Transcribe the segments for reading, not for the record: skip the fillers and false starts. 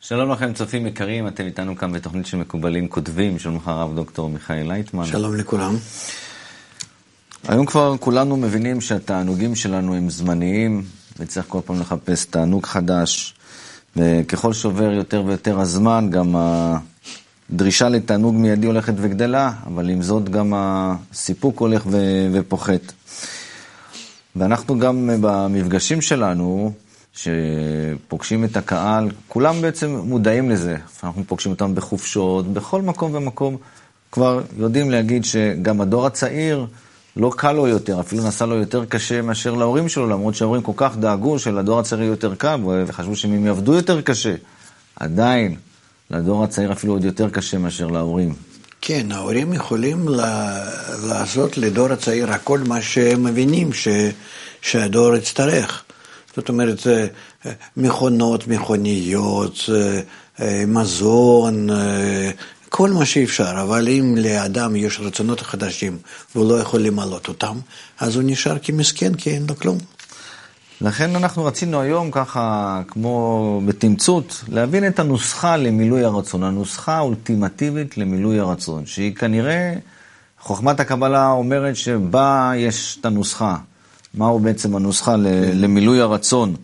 שלום לכם צופים יקרים, אתם איתנו כאן בתוכנית של מקובלים כותבים, שלום לך הרב דוקטור מיכאל לייטמן. שלום לכולם. היום כבר כולנו מבינים שהתענוגים שלנו הם זמניים, וצריך כל פעם לחפש תענוג חדש, וככל שעובר יותר ויותר הזמן, גם הדרישה לתענוג מיידי הולכת וגדלה, אבל עם זאת גם הסיפוק הולך ופוחת. ואנחנו גם במפגשים שלנו, שפוגשים את הקהל, כולם בעצם מודעים לזה. אנחנו פוגשים אותם בחופשות, בכל מקום ומקום. כבר יודעים להגיד שגם הדור הצעיר לא קל לו יותר, אפילו נסע לו יותר קשה מאשר להורים שלו, למרות שההורים כל כך דאגו שלדור הצעיר יותר קל, וחשבו שהם הם יעבדו יותר קשה. עדיין, לדור הצעיר אפילו עוד יותר קשה מאשר להורים. כן, ההורים יכולים לעשות לדור הצעיר הכל מה שהם מבינים שהדור יצטרך. זאת אומרת, מכונות, מכוניות, מזון, כל מה שאפשר, אבל אם לאדם יש רצונות חדשים והוא לא יכול למלות אותם, אז הוא נשאר כמסכן, כי אין לו כלום. לכן אנחנו רצינו היום ככה, כמו בתמצות, להבין את הנוסחה למילוי הרצון, הנוסחה האולטימטיבית למילוי הרצון, שהיא כנראה, חוכמת הקבלה אומרת שבה יש את הנוסחה. מהו בעצם הנוסחה למילוי הרצון,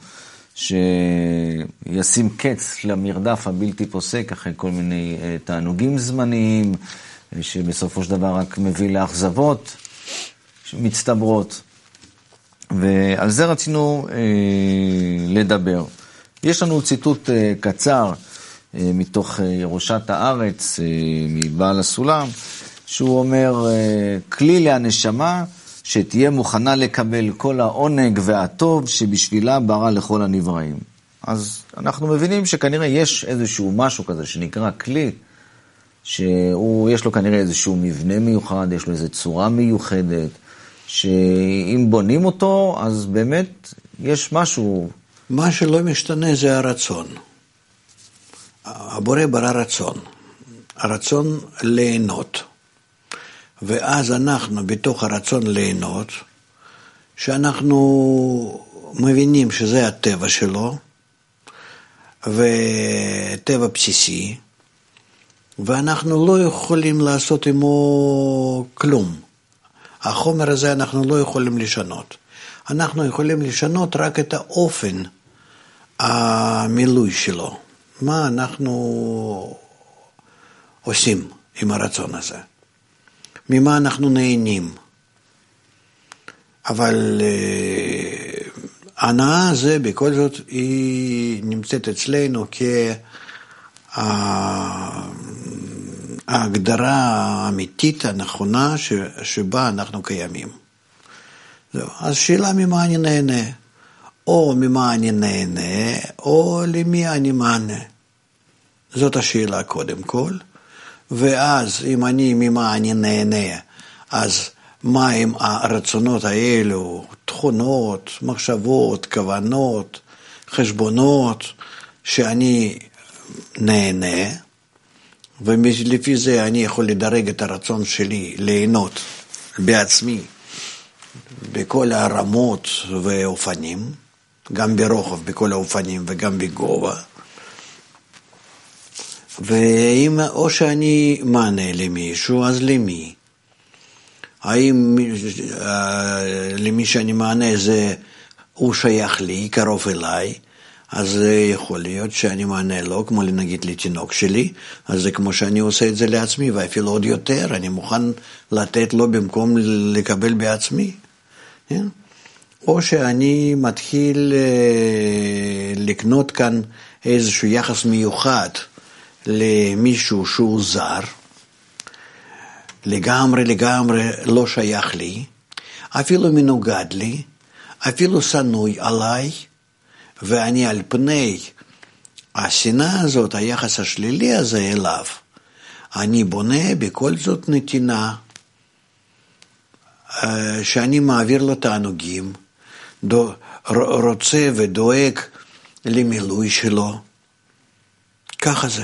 שישים קץ למרדף הבלתי פוסק אחרי כל מיני תענוגים זמניים, שבסופו של דבר רק מביא לאכזבות מצטברות. ועל זה רצינו לדבר. יש לנו ציטוט קצר מתוך ירושת הארץ, מבעל הסולם, שהוא אומר, כלי להנשמה, שתהיה מוכנה לקבל כל העונג והטוב שבשבילה ברא לכל הנבראים. אז אנחנו מבינים שכנראה יש איזשהו משהו כזה שנקרא כלי, שיש לו כנראה איזשהו מבנה מיוחד, יש לו איזו צורה מיוחדת, שאם בונים אותו, אז באמת יש משהו. מה שלא משתנה זה הרצון. הבורא ברא רצון. הרצון ליהנות. ואז אנחנו בתוך הרצון ליהנות, שאנחנו מבינים שזה הטבע שלו, וטבע בסיסי, ואנחנו לא יכולים לעשות עמו כלום. החומר הזה אנחנו לא יכולים לשנות. אנחנו יכולים לשנות רק את האופן המילוי שלו. מה אנחנו עושים עם הרצון הזה? ממה אנחנו נהנים. אבל ההנאה הזה בכל זאת היא נמצאת אצלנו כהגדרה האמיתית הנכונה שבה אנחנו קיימים. אז שאלה ממה אני נהנה, או ממה אני נהנה, או למי אני מענה. זאת השאלה קודם כל. ואז אם ממה אני נהנה, אז מה הם הרצונות האלו, תכונות, מחשבות, כוונות, חשבונות, שאני נהנה, ולפי זה אני יכול לדרג את הרצון שלי ליהנות בעצמי, בכל הרמות ואופנים, גם ברוחב, בכל האופנים וגם בגובה, ואם או שאני מענה למישהו, אז למי? האם למי שאני מענה זה הוא שייך לי, קרוב אליי, אז יכול להיות שאני מענה לו, כמו נגיד לתינוק שלי, אז זה כמו שאני עושה את זה לעצמי, ואפילו עוד יותר, אני מוכן לתת לו במקום לקבל בעצמי. או שאני מתחיל לקנות כאן איזשהו יחס מיוחד, למישהו שהוא זר, לגמרי לא שייך לי, אפילו מנוגד לי, אפילו סנוי עליי, ואני על פני השנאה הזאת, היחס השלילי הזה אליו, אני בונה בכל זאת נתינה, שאני מעביר לו תענוגים, רוצה ודואג למילוי שלו, ככה זה.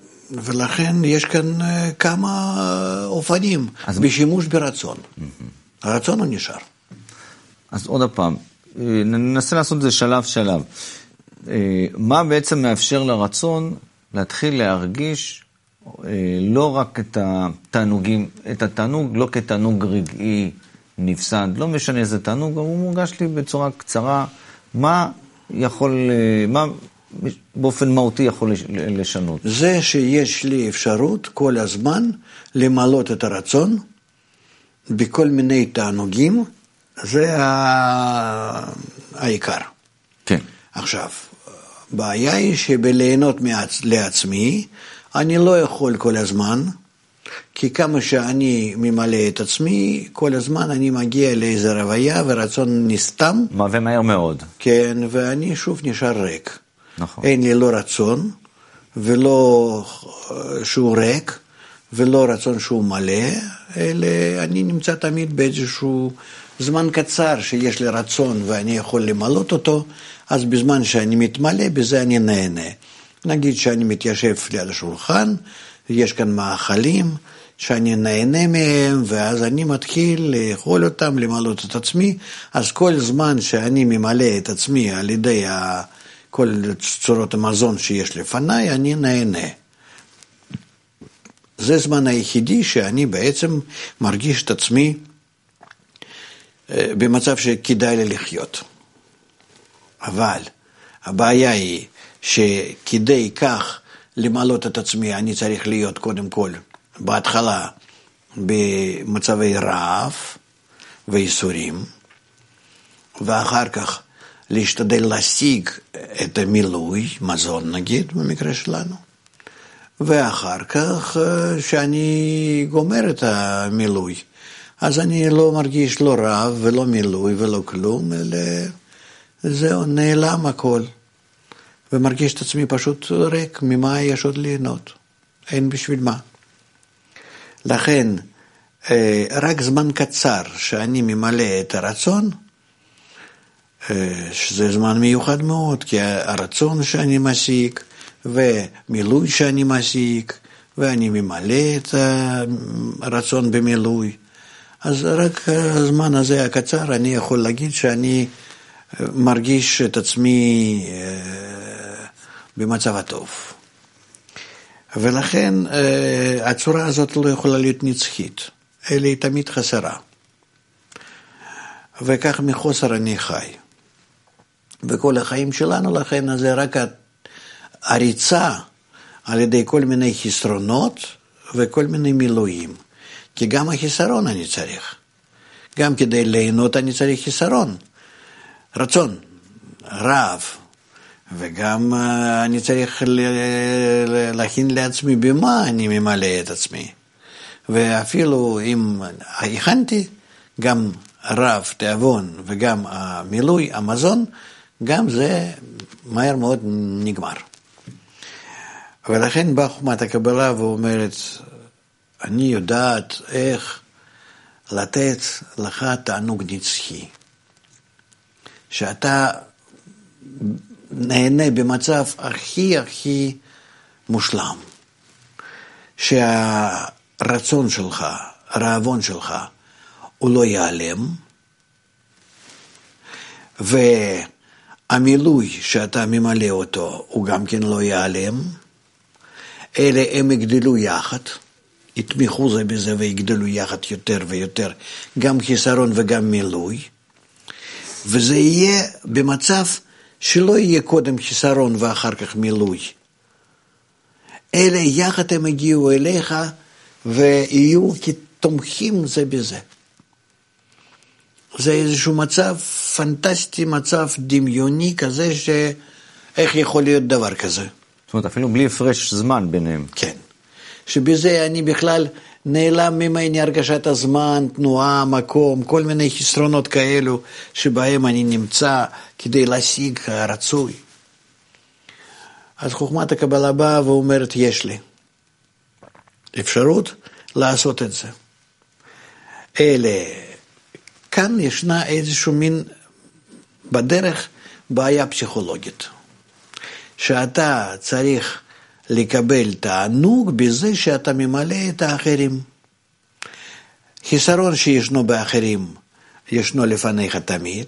ולכן יש כאן כמה אופנים בשימוש ברצון. הרצון הוא נשאר. אז עוד הפעם, ננסה לעשות את זה שלב שלב. מה בעצם מאפשר לרצון להתחיל להרגיש לא רק את התענוגים, את התענוג לא כתענוג רגעי נפסד, לא משנה איזה תענוג, הוא מורגש לי בצורה קצרה, מה באופן מהותי יכול לשנות? זה שיש לי אפשרות כל הזמן למלות את הרצון בכל מיני תענוגים, זה העיקר. כן. עכשיו, בעיה היא שבליהנות לעצמי, אני לא יכול כל הזמן, כי כמה שאני ממלא את עצמי, כל הזמן אני מגיע לאיזו רוויה ורצון נסתם. ומהר מאוד. כן, ואני שוב נשאר ריק. נכון. אין לי לא רצון, ולא שהוא ריק, ולא רצון שהוא מלא, אלא אני נמצא תמיד באיזשהו זמן קצר שיש לי רצון ואני יכול למלות אותו, אז בזמן שאני מתמלא, בזה אני נהנה. נגיד שאני מתיישב ליד השולחן, יש כאן מאכלים שאני נהנה מהם, ואז אני מתחיל לאכול אותם, למלות את עצמי, אז כל זמן שאני ממלא את עצמי על ידי כל צורות המזון שיש לפניי, אני נהנה. זה זמן היחידי שאני בעצם מרגיש את עצמי במצב שכדאי לי לחיות. אבל הבעיה היא שכדי כך למלות את עצמי אני צריך להיות קודם כל בהתחלה במצבי רעב וייסורים, ואחר כך להשתדל להשיג את המילוי, מזון נגיד במקרה שלנו, ואחר כך שאני גומר את המילוי, אז אני לא מרגיש לא רעב ולא מילוי ולא כלום, אלא זהו, נעלם הכל, ומרגיש את עצמי פשוט ריק, ממה יש עוד ליהנות, אין בשביל מה. לכן, רק זמן קצר שאני ממלא את הרצון, שזה זמן מיוחד מאוד, כי הרצון שאני משיג, ומילוי שאני משיג, ואני ממלא את הרצון במילוי, אז רק הזמן הזה הקצר אני יכול להגיד שאני מרגיש את עצמי במצב הטוב. ולכן הצורה הזאת לא יכולה להיות נצחית, אלא היא תמיד חסרה. וכך מחוסר אני חי. בכל החיים שלנו, לכן זה רק הריצה על ידי כל מיני חסרונות וכל מיני מילואים. כי גם החיסרון אני צריך. גם כדי ליהנות אני צריך חיסרון. רצון, רעב. וגם אני צריך להכין לעצמי במה אני ממלא את עצמי. ואפילו אם הכנתי, גם רעב, תיאבון וגם המילוי, המזון, גם זה מהר מאוד נגמר. ולכן באה חוכמת הקבלה ואומרת, אני יודעת איך לתת לך תענוג נצחי. שאתה נהנה במצב הכי מושלם. שהרצון שלך, הרעבון שלך, הוא לא ייעלם, והמילוי שאתה ממלא אותו, הוא גם כן לא ייעלם, אלא הם יגדלו יחד, יתמיכו זה בזה ויגדלו יחד יותר ויותר, גם חיסרון וגם מילוי, וזה יהיה במצב שלא יהיה קודם חיסרון ואחר כך מילוי, אלא יחד הם הגיעו אליך ויהיו כתומכים זה בזה. זה איזשהו מצב פנטסטי, מצב דמיוני כזה, שאיך יכול להיות דבר כזה. זאת אומרת, אפילו בלי הפרש זמן ביניהם. כן. שבזה אני בכלל נעלם ממני הרגשת הזמן, תנועה, מקום, כל מיני חסרונות כאלו, שבהם אני נמצא כדי להשיג הרצוי. אז חוכמת הקבלה באה ואומרת, יש לי אפשרות לעשות את זה. אלה, כאן ישנה איזשהו מין בדרך בעיה פסיכולוגית. שאתה צריך לקבל תענוג בזה שאתה ממלא את האחרים. חיסרון שישנו באחרים, ישנו לפניך תמיד.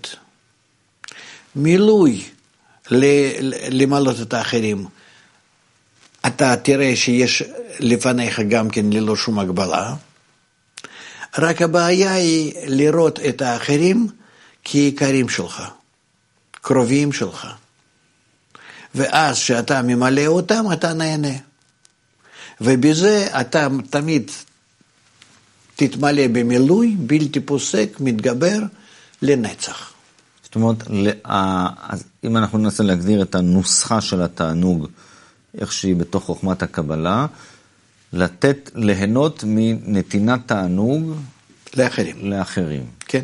מילוי למלות את האחרים, אתה תראה שיש לפניך גם כן ללא שום הגבלה. רק הבעיה היא לראות את האחרים כעיקרים שלך, קרובים שלך. ואז שאתה ממלא אותם, אתה נהנה. ובזה אתה תמיד תתמלא במילוי, בלתי פוסק, מתגבר לנצח. זאת אומרת, אם אנחנו ננסה להגדיר את הנוסחה של התענוג, איך שהיא בתוך חוכמת הקבלה, ליהנות מנתינת תענוג לאחרים. כן.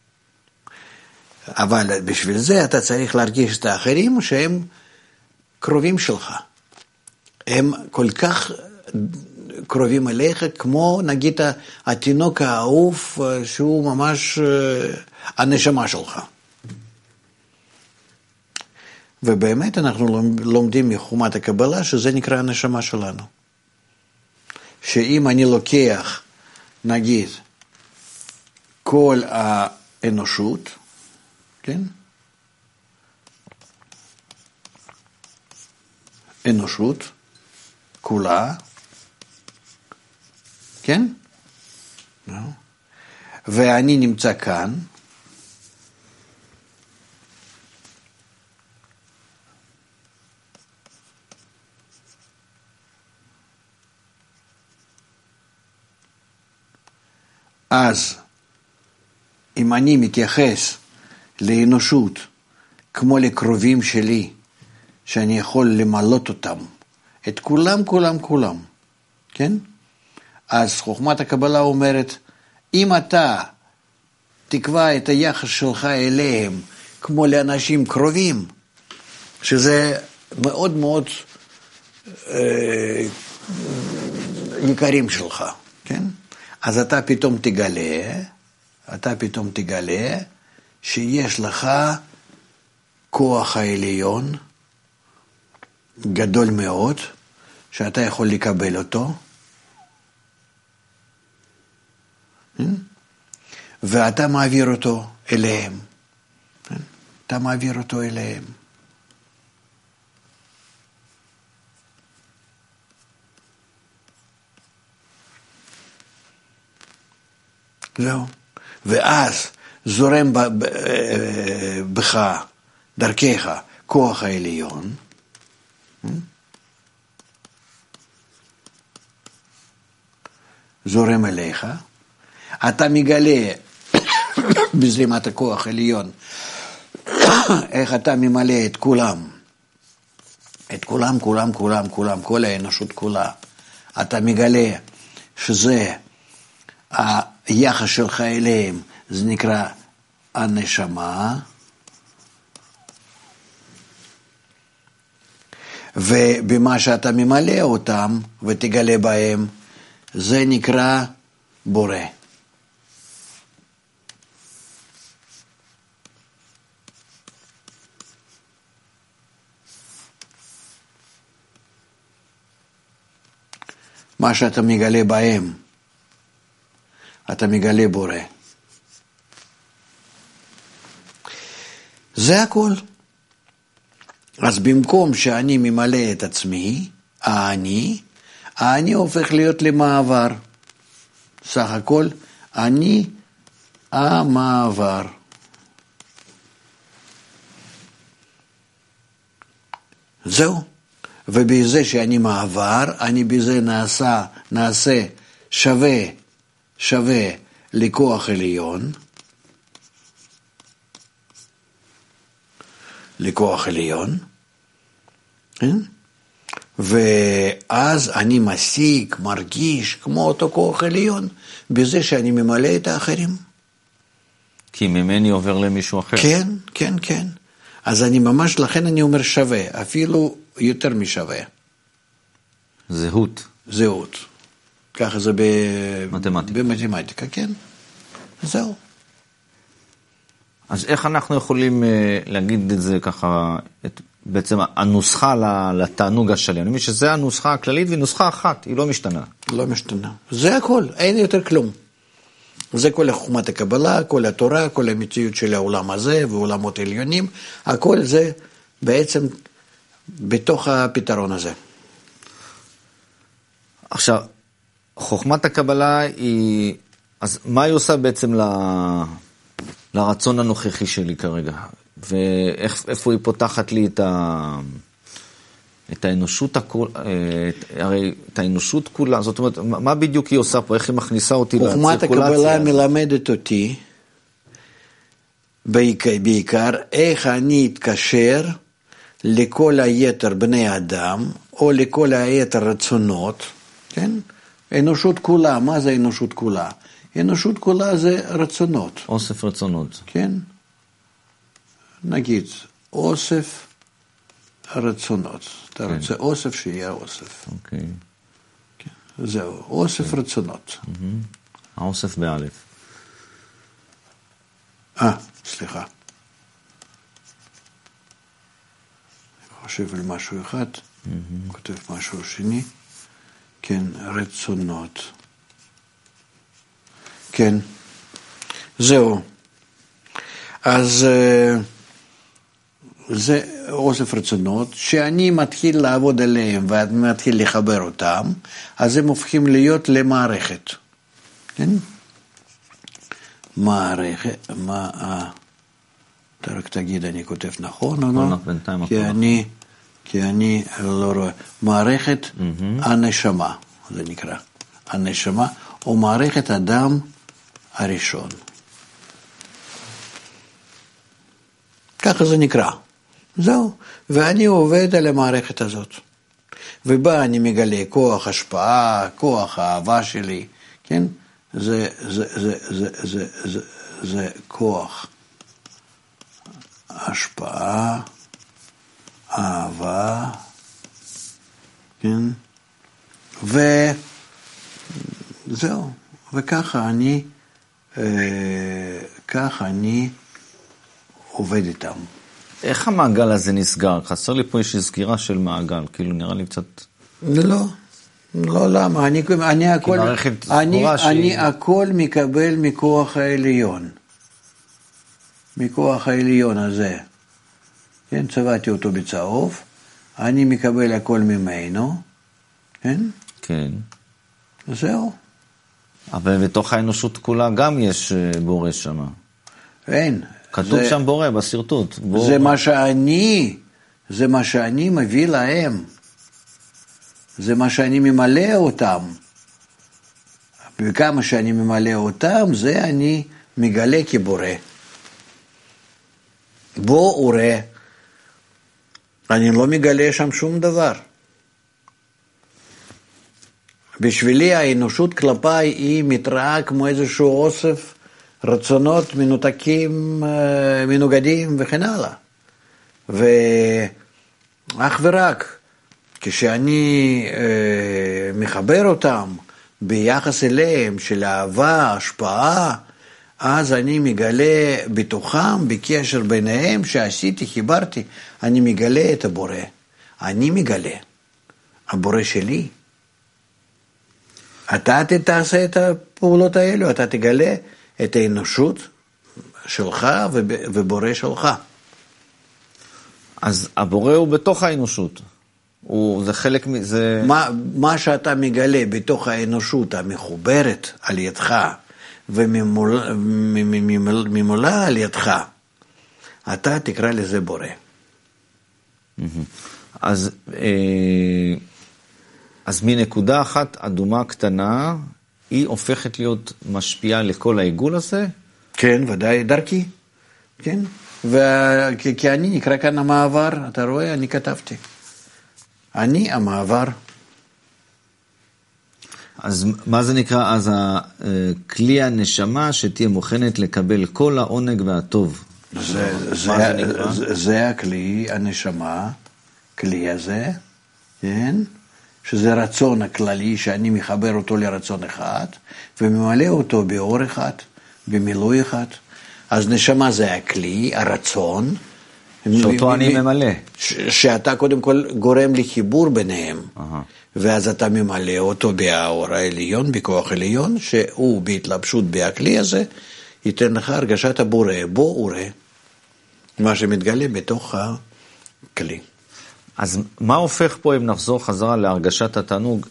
אבל בשביל זה אתה צריך להרגיש את האחרים שהם קרובים שלך. הם כל כך קרובים אליך, כמו נגיד התינוק האהוב שהוא ממש הנשמה שלך. ובאמת אנחנו לומדים מחוכמת הקבלה שזה נקרא הנשמה שלנו. שאם אני לוקח, נגיד, כל האנושות, כן? אנושות, כולה, כן? ואני נמצא כאן, אז אם אני מתייחס לאנושות כמו לקרובים שלי, שאני יכול למלות אותם, את כולם, כן? אז חוכמת הקבלה אומרת, אם אתה תקבע את היחס שלך אליהם כמו לאנשים קרובים, שזה מאוד מאוד יקרים שלך, כן? אז אתה פתאום תגלה שיש לך כוח העליון גדול מאוד, שאתה יכול לקבל אותו, ואתה מעביר אותו אליהם. אתה מעביר אותו אליהם. זהו. ואז זורם בך, דרכך, כוח העליון, זורם אליך, אתה מגלה בזרימת הכוח העליון, איך אתה ממלא את כולם, כל האנושות כולה, אתה מגלה שזה היחס שלך אליהם, זה נקרא הנשמה, ובמה שאתה ממלא אותם ותגלה בהם, זה נקרא בורא. מה שאתה מגלה בהם, אתה מגלה בורא. זה הכל. אז במקום שאני ממלא את עצמי, אני הופך להיות למעבר. סך הכל, אני המעבר. זהו. ובזה שאני מעבר, אני בזה נעשה שווה לכוח עליון, ואז אני מרגיש כמו אותו כוח עליון, בזה שאני ממלא את האחרים. כי ממני עובר למישהו אחר. כן. אז אני ממש, לכן אני אומר שווה, אפילו יותר משווה. זהות. ככה זה במתמטיקה, כן. זהו. אז איך אנחנו יכולים להגיד את זה ככה, בעצם הנוסחה לתענוג השלם? אני מבין שזה הנוסחה הכללית, והיא נוסחה אחת, היא לא משתנה. לא משתנה. זה הכל, אין יותר כלום. זה כל חוכמת הקבלה, כל התורה, כל המציאות של העולם הזה ועולמות עליונים, הכל זה בעצם בתוך הפתרון הזה. עכשיו, חוכמת הקבלה היא, אז מה היא עושה בעצם לרצון הנוכחי שלי כרגע? ואיפה היא פותחת לי את האנושות, הרי את האנושות כולה, זאת אומרת, מה בדיוק היא עושה פה? איך היא מכניסה אותי לצירקולציה? חוכמת הקבלה מלמדת אותי, בעיקר, איך אני אתקשר לכל היתר בני אדם, או לכל היתר רצונות, כן? אנושות כולה, מה זה אנושות כולה? אנושות כולה זה רצונות. אוסף רצונות. כן? נגיד, אוסף רצונות. אתה רוצה אוסף שיהיה אוסף. אוקיי. זהו, אוסף רצונות. האוסף באלף. סליחה. אני חושב על משהו אחד, כותב משהו שני. כן, רצונות. כן, זהו. אז זה אוסף רצונות, שאני מתחיל לעבוד עליהם ומתחיל לחבר אותם, אז הם הופכים להיות למערכת. כן? מערכת, אתה רק תגיד, אני כותב נכון או לא? כי אני לא רואה. מערכת הנשמה, זה נקרא. הנשמה, או מערכת אדם הראשון. ככה זה נקרא. זהו. ואני עובד על המערכת הזאת. ובה אני מגלה כוח השפעה, כוח האהבה שלי, כן? זה כוח השפעה, אהבה, כן? וזהו. וככה אני עובד איתם. איך המעגל הזה נסגר? חסר לי פה איזושהי סגירה של מעגל, כאילו נראה לי קצת... לא, למה? אני הכל מקבל מכוח העליון. מכוח העליון הזה. כן, צבעתי אותו בצהוב, אני מקבל הכל ממנו, כן? כן. זהו. אבל בתוך האנושות כולה גם יש בורא שם. אין. כתוב שם בורא בסרטוט. זה מה שאני מביא להם. זה מה שאני ממלא אותם. וכמה שאני ממלא אותם, זה אני מגלה כבורא. בו וראה. אני לא מגלה שם שום דבר. בשבילי האנושות כלפיי היא מתראה כמו איזשהו אוסף רצונות מנותקים, מנוגדים וכן הלאה. ואך ורק כשאני מחבר אותם ביחס אליהם של אהבה, השפעה, אז אני מגלה בתוכם, בקשר ביניהם שעשיתי, חיברתי, אני מגלה את הבורא. אני מגלה. הבורא שלי. אתה תעשה את הפעולות האלו, אתה תגלה את האנושות שלך ובורא שלך. אז הבורא הוא בתוך האנושות. זה חלק מזה... מה שאתה מגלה בתוך האנושות המחוברת על ידך, וממולה על ידך, אתה תקרא לזה בורא. אז מנקודה אחת אדומה קטנה, היא הופכת להיות משפיעה לכל העיגול הזה? כן, ודאי, דרכי. כן, כי אני נקרא כאן המעבר, אתה רואה, אני כתבתי. אני המעבר. אז מה זה נקרא? אז כלי הנשמה שתהיה מוכנת לקבל כל העונג והטוב. זה הכלי, הנשמה, כלי הזה, כן? שזה רצון הכללי שאני מחבר אותו לרצון אחד, וממלא אותו באור אחד, במילוי אחד. אז נשמה זה הכלי, הרצון. שאותו אני ממלא. שאתה קודם כל גורם לחיבור ביניהם. ואז אתה ממלא אותו באור העליון, בכוח עליון, שהוא בהתלבשות בכלי הזה, ייתן לך הרגשת הבורא, בו וראה, מה שמתגלה בתוך הכלי. אז מה הופך פה, אם נחזור חזרה להרגשת התענוג,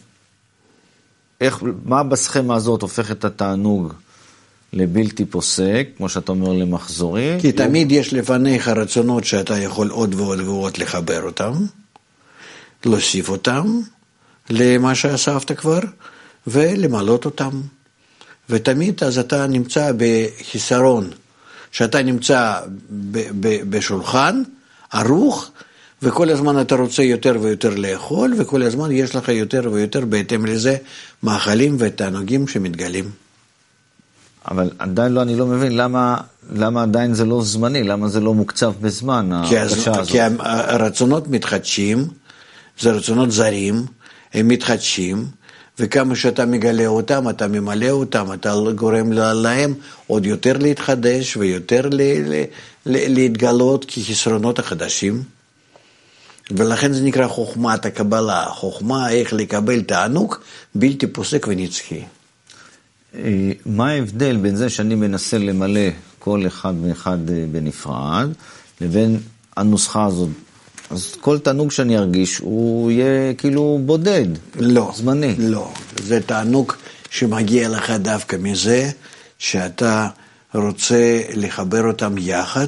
מה בסכמה הזאת הופך את התענוג לבלתי פוסק, כמו שאתה אומר, למחזורי? כי תמיד יש לפניך רצונות שאתה יכול עוד ועוד ועוד לחבר אותם, להוסיף אותם למה שאספת כבר, ולמלות אותם. ותמיד אז אתה נמצא בחיסרון, שאתה נמצא בשולחן, ערוך, וכל הזמן אתה רוצה יותר ויותר לאכול, וכל הזמן יש לך יותר ויותר בהתאם לזה מאכלים ותענוגים שמתגלים. אבל עדיין לא, אני לא מבין למה עדיין זה לא זמני, למה זה לא מוקצב בזמן, ההרגשה הזאת. כי הרצונות מתחדשים, זה רצונות זרים, הם מתחדשים, וכמה שאתה מגלה אותם, אתה ממלא אותם, אתה גורם להם עוד יותר להתחדש ויותר להתגלות כחסרונות החדשים. ולכן זה נקרא חוכמת הקבלה, חוכמה איך לקבל תענוג בלתי פוסק ונצחי. מה ההבדל בין זה שאני מנסה למלא כל אחד ואחד בנפרד, לבין הנוסחה הזאת? אז כל תענוג שאני ארגיש, הוא יהיה כאילו בודד, לא, זמני. לא, זה תענוג שמגיע לך דווקא מזה, שאתה רוצה לחבר אותם יחד,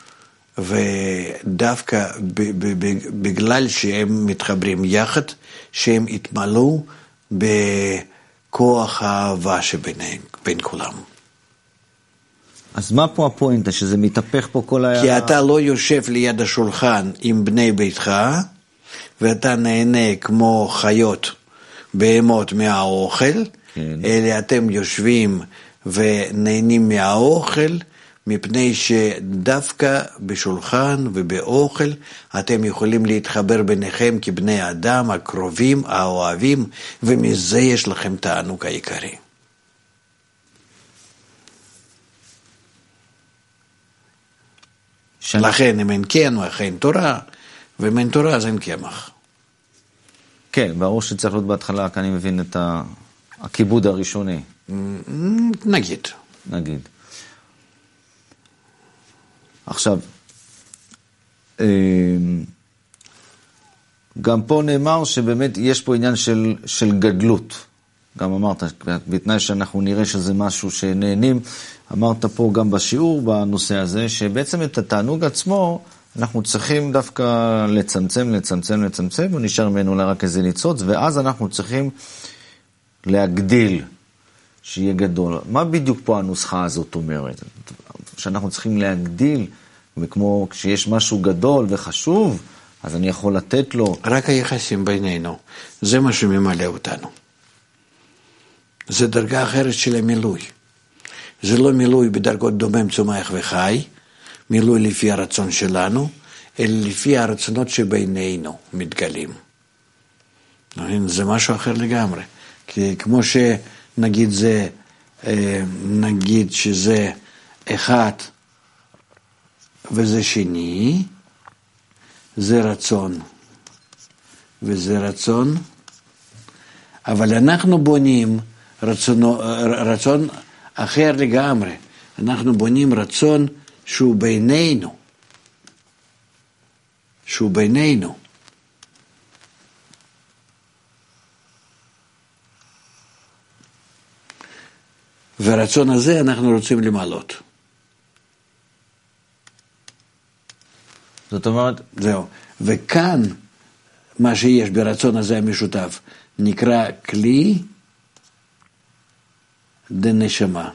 ודווקא בגלל שהם מתחברים יחד, שהם יתמלאו בכוח האהבה שבין כולם. אז מה פה הפואנטה? שזה מתהפך פה כל כי אתה לא יושב ליד השולחן עם בני ביתך, ואתה נהנה כמו חיות, בהמות מהאוכל, כן. אלא אתם יושבים ונהנים מהאוכל, מפני שדווקא בשולחן ובאוכל אתם יכולים להתחבר ביניכם כבני אדם, הקרובים, האוהבים, ומזה יש לכם תענוג העיקרי. לכן אם אין קמח, אין תורה, ואם אין תורה אז אין קמח. כן, ברור שצריך להיות בהתחלה, כי אני מבין את הכיבוד הראשוני. נגיד. עכשיו, גם פה נאמר שבאמת יש פה עניין של גדלות. גם אמרת, בתנאי שאנחנו נראה שזה משהו שנהנים, אמרת פה גם בשיעור בנושא הזה, שבעצם את התענוג עצמו אנחנו צריכים דווקא לצמצם, ונשאר ממנו אולי רק איזה ניצוץ, ואז אנחנו צריכים להגדיל, שיהיה גדול. מה בדיוק פה הנוסחה הזאת אומרת? שאנחנו צריכים להגדיל, וכמו כשיש משהו גדול וחשוב, אז אני יכול לתת לו. רק היחסים בינינו, זה מה שממלא אותנו. זה דרגה אחרת של המילוי. זה לא מילוי בדרגות דומם, צומח וחי, מילוי לפי הרצון שלנו, אלא לפי הרצונות שבינינו מתגלים. זה משהו אחר לגמרי. כי כמו שנגיד זה, נגיד שזה אחד וזה שני, זה רצון וזה רצון, אבל אנחנו בונים רצון אחר לגמרי. אנחנו בונים רצון שהוא בינינו. והרצון הזה אנחנו רוצים למעלות. זאת אומרת, זהו. וכאן מה שיש ברצון הזה המשותף נקרא כלי דנשמה.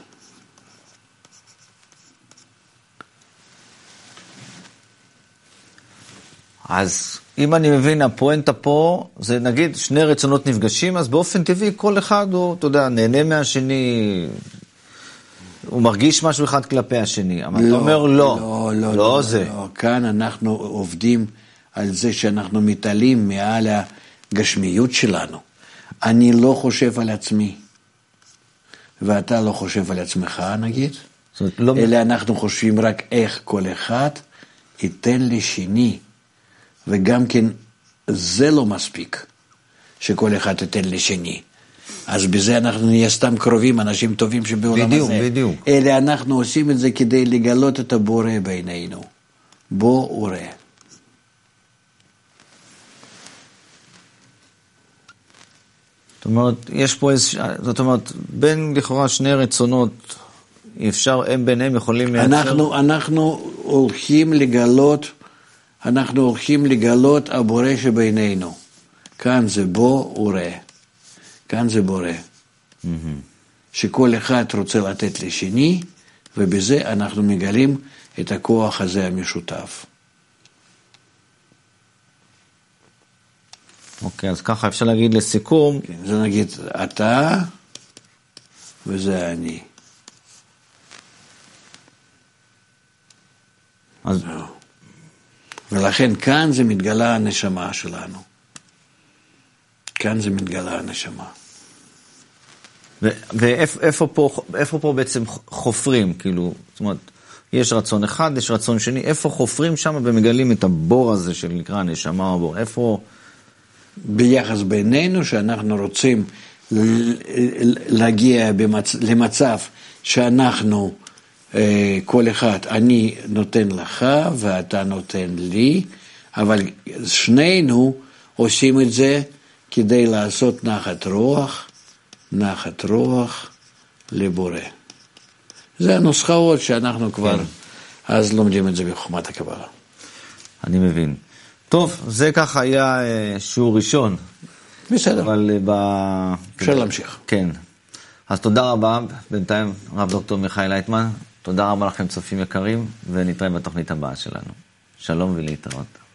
אז אם אני מבין, הפואנטה פה, זה נגיד שני רצונות נפגשים, אז באופן טבעי כל אחד הוא, אתה יודע, נהנה מהשני, הוא מרגיש משהו אחד כלפי השני, אבל אתה אומר לא זה. לא, כאן אנחנו עובדים על זה שאנחנו מתעלים מעל הגשמיות שלנו. אני לא חושב על עצמי, ואתה לא חושב על עצמך, נגיד, אלא אנחנו חושבים רק איך כל אחד ייתן לשני, וגם כן זה לא מספיק. שכל אחד ייתן לשני. אז בזה אנחנו נהיה סתם קרובים, אנשים טובים שבעולם בדיוק, הזה. בדיוק. אלא אנחנו עושים את זה כדי לגלות את הבורא בינינו. בוא וראה. זאת אומרת, יש פה זאת אומרת, בין לכאורה שני רצונות, אפשר, הם ביניהם יכולים לייצר... אנחנו הולכים לגלות הבורא שבינינו. כאן זה בוא וראה. כאן זה בורא. שכל אחד רוצה לתת לשני, ובזה אנחנו מגלים את הכוח הזה המשותף. אוקיי, אז ככה אפשר להגיד לסיכום. כן, זה נגיד אתה, וזה אני. אז... ולכן כאן זה מתגלה הנשמה שלנו. כאן זה מתגלה הנשמה. ואיפה פה בעצם חופרים, כאילו, זאת אומרת, יש רצון אחד, יש רצון שני, איפה חופרים שם ומגלים את הבור הזה שנקרא הנשמה או בור, איפה... ביחס בינינו שאנחנו רוצים להגיע למצב שאנחנו, כל אחד, אני נותן לך ואתה נותן לי, אבל שנינו עושים את זה כדי לעשות נחת רוח לבורא. זה הנוסחאות שאנחנו כבר אז לומדים את זה בחוכמת הקבלה. אני מבין. טוב, זה ככה היה שיעור ראשון. בסדר. אבל אפשר להמשיך. כן. אז תודה רבה, בינתיים רב דוקטור מיכאל לייטמן, תודה רבה לכם צופים יקרים, ונתראה בתוכנית הבאה שלנו. שלום ולהתראות.